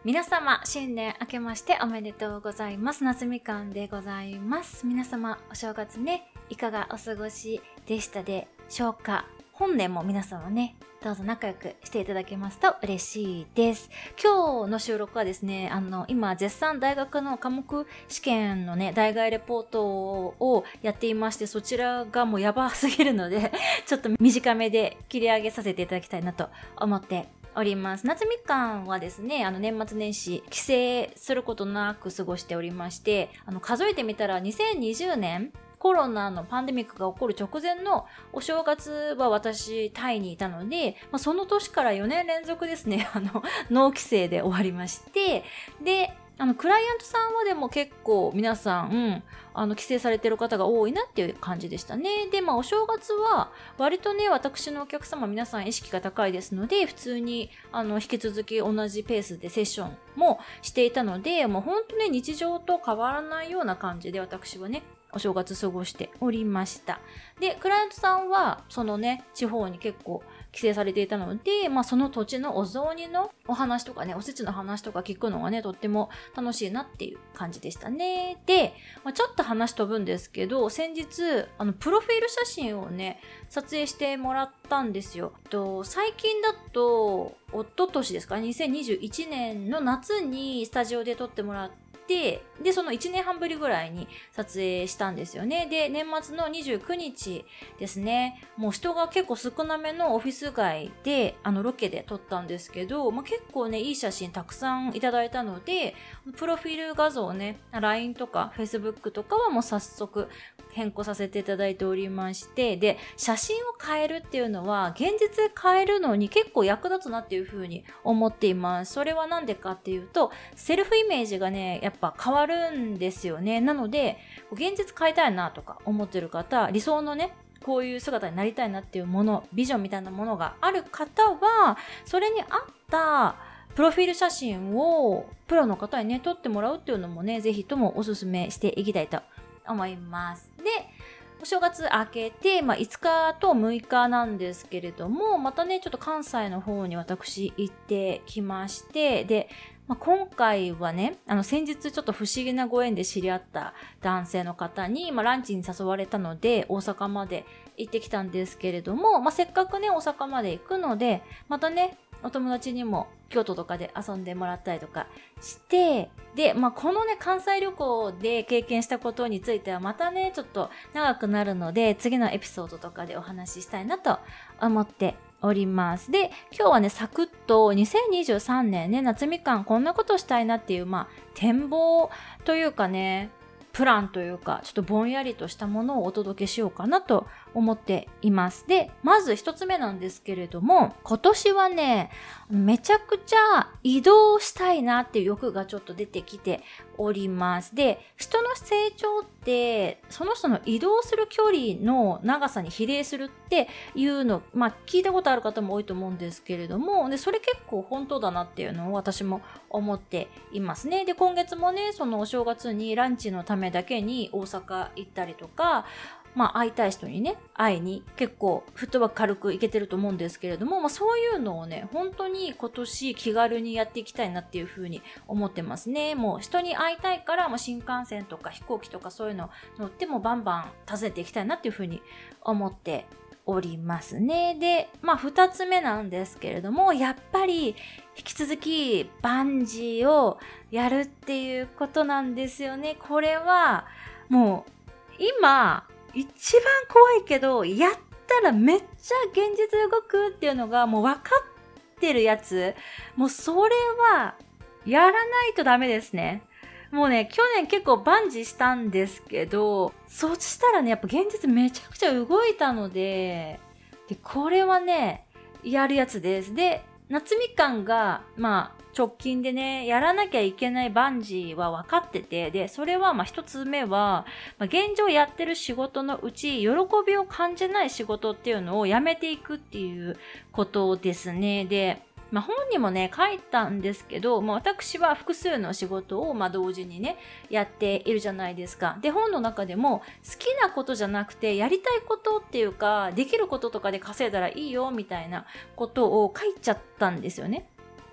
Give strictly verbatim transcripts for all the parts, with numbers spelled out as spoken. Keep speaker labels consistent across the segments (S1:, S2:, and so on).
S1: 皆様、新年明けましておめでとうございます。夏みかんでございます。皆様、お正月ね、いかがお過ごしでしたでしょうか。本年も皆様ね、どうぞ仲良くしていただけますと嬉しいです。今日の収録はですね、あの、今絶賛大学の科目試験のね、代替レポートをやっていまして、そちらがもうやばすぎるので、ちょっと短めで切り上げさせていただきたいなと思っております。夏みかんはですね、あの年末年始帰省することなく過ごしておりまして、あの数えてみたらにせんにじゅうねんコロナのパンデミックが起こる直前のお正月は私タイにいたので、まあ、その年からよねん連続ですね、あのノー帰省で終わりまして、であのクライアントさんはでも結構皆さん、うん、あの帰省されてる方が多いなっていう感じでしたね。で、まあお正月は割とね、私のお客様皆さん意識が高いですので、普通にあの引き続き同じペースでセッションもしていたので、もう本当ね、日常と変わらないような感じで私はね、お正月過ごしておりました。で、クライアントさんはそのね、地方に結構帰省されていたので、まあその土地のお雑煮のお話とかね、おせちの話とか聞くのがね、とっても楽しいなっていう感じでしたね。で、まあ、ちょっと話飛ぶんですけど、先日、あの、プロフィール写真をね、撮影してもらったんですよ。と最近だと、一昨年ですか、にせんにじゅういちねんの夏にスタジオで撮ってもらって、で、で、そのいちねんはんぶりぐらいに撮影したんですよね。で、年末のにじゅうくにちですね、もう人が結構少なめのオフィス街で、あの、ロケで撮ったんですけど、まあ、結構ね、いい写真たくさんいただいたので、プロフィール画像をね、ライン とか Facebook とかはもう早速変更させていただいておりまして、で、写真を変えるっていうのは、現実変えるのに結構役立つなっていうふうに思っています。それはなんでかっていうと、セルフイメージがね、やっぱ変わるんですよね。なので、現実変えたいなとか思ってる方、理想のね、こういう姿になりたいなっていうもの、ビジョンみたいなものがある方は、それに合ったプロフィール写真をプロの方にね、撮ってもらうっていうのもね、ぜひともおすすめしていきたいと思います。で、お正月明けて、まあ、いつかとむいかなんですけれども、またね、ちょっと関西の方に私行ってきまして、で、まあ、今回はね、あの先日ちょっと不思議なご縁で知り合った男性の方に、まあ、ランチに誘われたので大阪まで行ってきたんですけれども、まあ、せっかくね大阪まで行くのでまたねお友達にも京都とかで遊んでもらったりとかして、で、まあ、このね関西旅行で経験したことについてはまたねちょっと長くなるので次のエピソードとかでお話ししたいなと思っております。で、今日はね、サクッとにせんにじゅうさんねんね、夏みかんこんなことしたいなっていう、まあ、展望というかね、プランというか、ちょっとぼんやりとしたものをお届けしようかなと思っています。で、まず一つ目なんですけれども、今年はね、めちゃくちゃ移動したいなっていう欲がちょっと出てきております。で、人の成長って、その人の移動する距離の長さに比例するっていうの、まあ聞いたことある方も多いと思うんですけれども、で、それ結構本当だなっていうのを私も思っていますね。で、今月もね、そのお正月にランチのためだけに大阪行ったりとか、まあ会いたい人にね、会いに結構フットワーク軽く行けてると思うんですけれども、まあそういうのをね、本当に今年気軽にやっていきたいなっていうふうに思ってますね。もう人に会いたいから、まあ、新幹線とか飛行機とかそういうの乗ってもバンバン訪ねていきたいなっていうふうに思っておりますね。で、まあ二つ目なんですけれども、やっぱり引き続きバンジーをやるっていうことなんですよね。これはもう今一番怖いけど、やったらめっちゃ現実動くっていうのがもう分かってるやつ。もうそれはやらないとダメですね。もうね、去年結構バンジーしたんですけど、そしたらね、やっぱ現実めちゃくちゃ動いたので、で、これはね、やるやつです。で、夏みかんが、まあ、直近でね、やらなきゃいけないバンジーは分かってて、で、それはまあ一つ目は、まあ、現状やってる仕事のうち、喜びを感じない仕事っていうのをやめていくっていうことですね。で、まあ、本にもね書いたんですけど、まあ、私は複数の仕事をまあ同時にねやっているじゃないですか。で、本の中でも好きなことじゃなくてやりたいことっていうかできることとかで稼いだらいいよみたいなことを書いちゃったんですよね。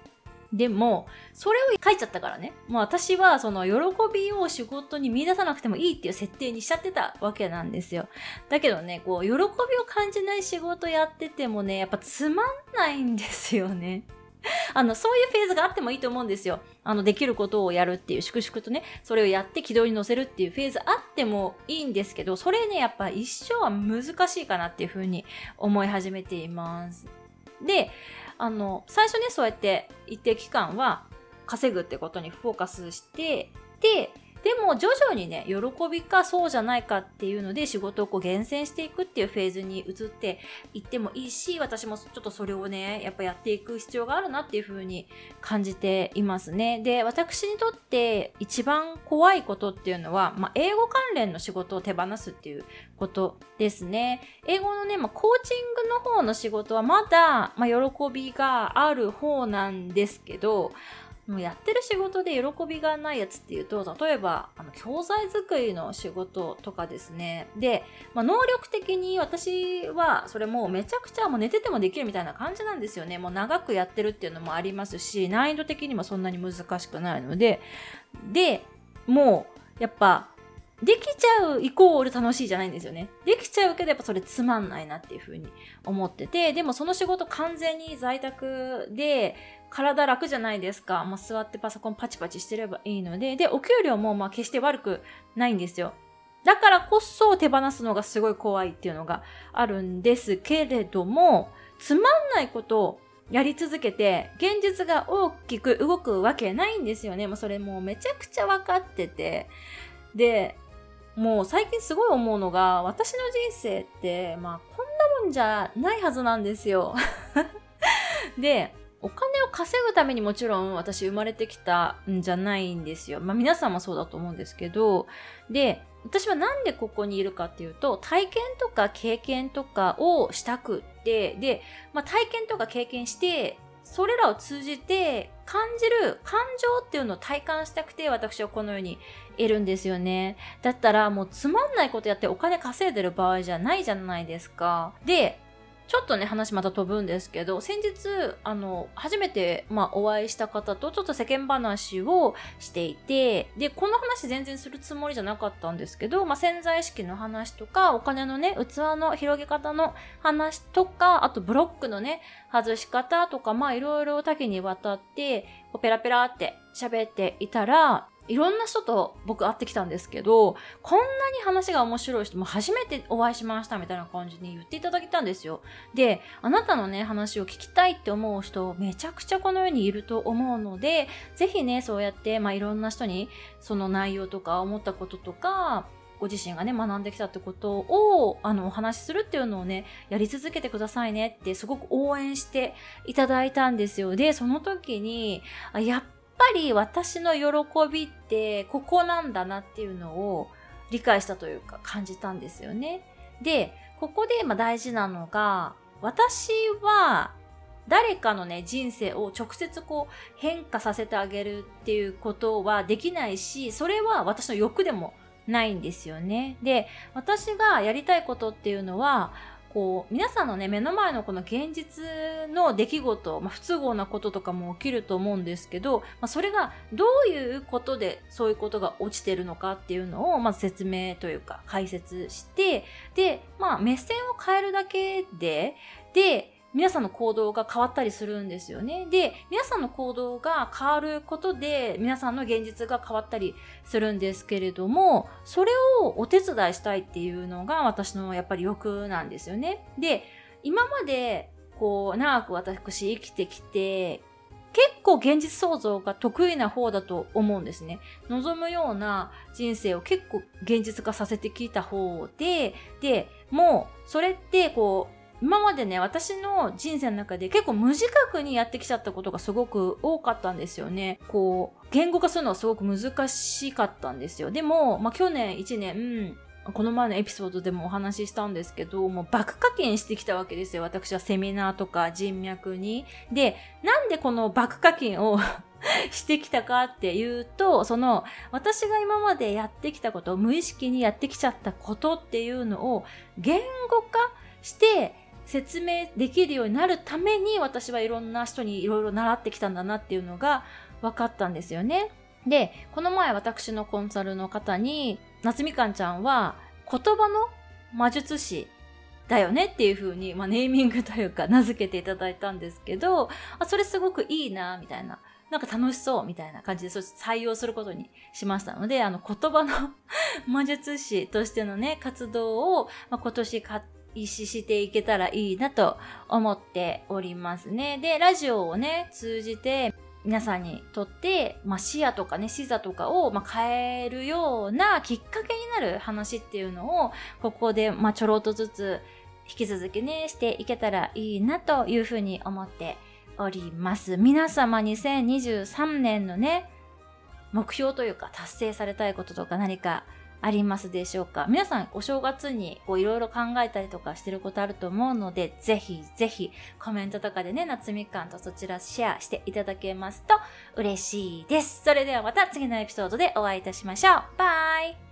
S1: でも、それを書いちゃったからね。もう私はその喜びを仕事に見出さなくてもいいっていう設定にしちゃってたわけなんですよ。だけどね、こう、喜びを感じない仕事やっててもね、やっぱつまんないんですよね。あの、そういうフェーズがあってもいいと思うんですよ。あの、できることをやるっていう、粛々とね、それをやって軌道に乗せるっていうフェーズあってもいいんですけど、それね、やっぱ一生は難しいかなっていうふうに思い始めています。で、あの、最初ね、そうやって一定期間は稼ぐってことにフォーカスして、で、でも徐々にね、喜びかそうじゃないかっていうので仕事をこう厳選していくっていうフェーズに移っていってもいいし、私もちょっとそれをね、やっぱやっていく必要があるなっていうふうに感じていますね。で、私にとって一番怖いことっていうのは、まあ、英語関連の仕事を手放すっていうことですね。英語のね、まあ、コーチングの方の仕事はまだ、まあ、喜びがある方なんですけど、もうやってる仕事で喜びがないやつっていうと、例えばあの教材作りの仕事とかですね。で、まあ、能力的に私はそれもうめちゃくちゃもう寝ててもできるみたいな感じなんですよね。もう長くやってるっていうのもありますし、難易度的にもそんなに難しくないので、で、もうやっぱできちゃうイコール楽しいじゃないんですよね。できちゃうけどやっぱそれつまんないなっていうふうに思ってて、でもその仕事完全に在宅で体楽じゃないですか。もう座ってパソコンパチパチしてればいいので、で、お給料もまあ決して悪くないんですよ。だからこそ手放すのがすごい怖いっていうのがあるんですけれども、つまんないことをやり続けて現実が大きく動くわけないんですよね。もうそれもうめちゃくちゃ分かってて。で、もう最近すごい思うのが、私の人生って、まあこんなもんじゃないはずなんですよ。で、お金を稼ぐためにもちろん私生まれてきたんじゃないんですよ。まあ皆さんもそうだと思うんですけど、で、私はなんでここにいるかっていうと、体験とか経験とかをしたくって、で、まあ体験とか経験して、それらを通じて感じる感情っていうのを体感したくて私はこの世にいるんですよね。だったらもうつまんないことやってお金稼いでる場合じゃないじゃないですか。で、ちょっとね話また飛ぶんですけど、先日あの初めて、まあ、お会いした方とちょっと世間話をしていて、でこの話全然するつもりじゃなかったんですけど、まあ、潜在意識の話とかお金のね器の広げ方の話とか、あとブロックのね外し方とか、まあいろいろ多岐にわたってこうペラペラって喋っていたら、いろんな人と僕会ってきたんですけど、こんなに話が面白い人も初めてお会いしましたみたいな感じに言っていただけたんですよ。で、あなたのね話を聞きたいって思う人めちゃくちゃこの世にいると思うので、ぜひねそうやってまあいろんな人にその内容とか思ったこととか、ご自身がね学んできたってことをあのお話しするっていうのをねやり続けてくださいねってすごく応援していただいたんですよ。で、その時にあやっやっぱり私の喜びってここなんだなっていうのを理解したというか感じたんですよね。で、ここでまあ大事なのが、私は誰かのね人生を直接こう変化させてあげるっていうことはできないし、それは私の欲でもないんですよね。で、私がやりたいことっていうのはこう皆さんのね目の前のこの現実の出来事、まあ、不都合なこととかも起きると思うんですけど、まあ、それがどういうことでそういうことが落ちてるのかっていうのをまず説明というか解説して、で、まあ、目線を変えるだけでで皆さんの行動が変わったりするんですよね。で、皆さんの行動が変わることで皆さんの現実が変わったりするんですけれども、それをお手伝いしたいっていうのが私のやっぱり欲なんですよね。で、今までこう長く私生きてきて、結構現実創造が得意な方だと思うんですね。望むような人生を結構現実化させてきた方で、で、もうそれってこう今までね、私の人生の中で結構無自覚にやってきちゃったことがすごく多かったんですよね。こう、言語化するのはすごく難しかったんですよ。でも、まあ、去年いちねん、この前のエピソードでもお話ししたんですけど、もう爆課金してきたわけですよ。私はセミナーとか人脈に。で、なんでこの爆課金をしてきたかっていうと、その私が今までやってきたこと、無意識にやってきちゃったことっていうのを言語化して、 説明できるようになるために私はいろんな人にいろいろ習ってきたんだなっていうのが分かったんですよね。で、この前私のコンサルの方に、夏みかんちゃんは言葉の魔術師だよねっていう風に、まあ、ネーミングというか名付けていただいたんですけど、あ、それすごくいいなみたいな、なんか楽しそうみたいな感じで、そして採用することにしましたので、あの言葉の魔術師としてのね活動を、まあ、今年開始していけたらいいなと思っておりますね。で、ラジオをね通じて皆さんにとって、まあ、視野とかね、視座とかを、まあ、変えるようなきっかけになる話っていうのを、ここで、まあ、ちょろっとずつ引き続きね、していけたらいいなというふうに思っております。皆様にせんにじゅうさんねんのね、目標というか達成されたいこととか何かありますでしょうか？皆さんお正月にいろいろ考えたりとかしてることあると思うので、ぜひぜひコメントとかでね、夏みかんとそちらシェアしていただけますと嬉しいです。それではまた次のエピソードでお会いいたしましょう。バイ。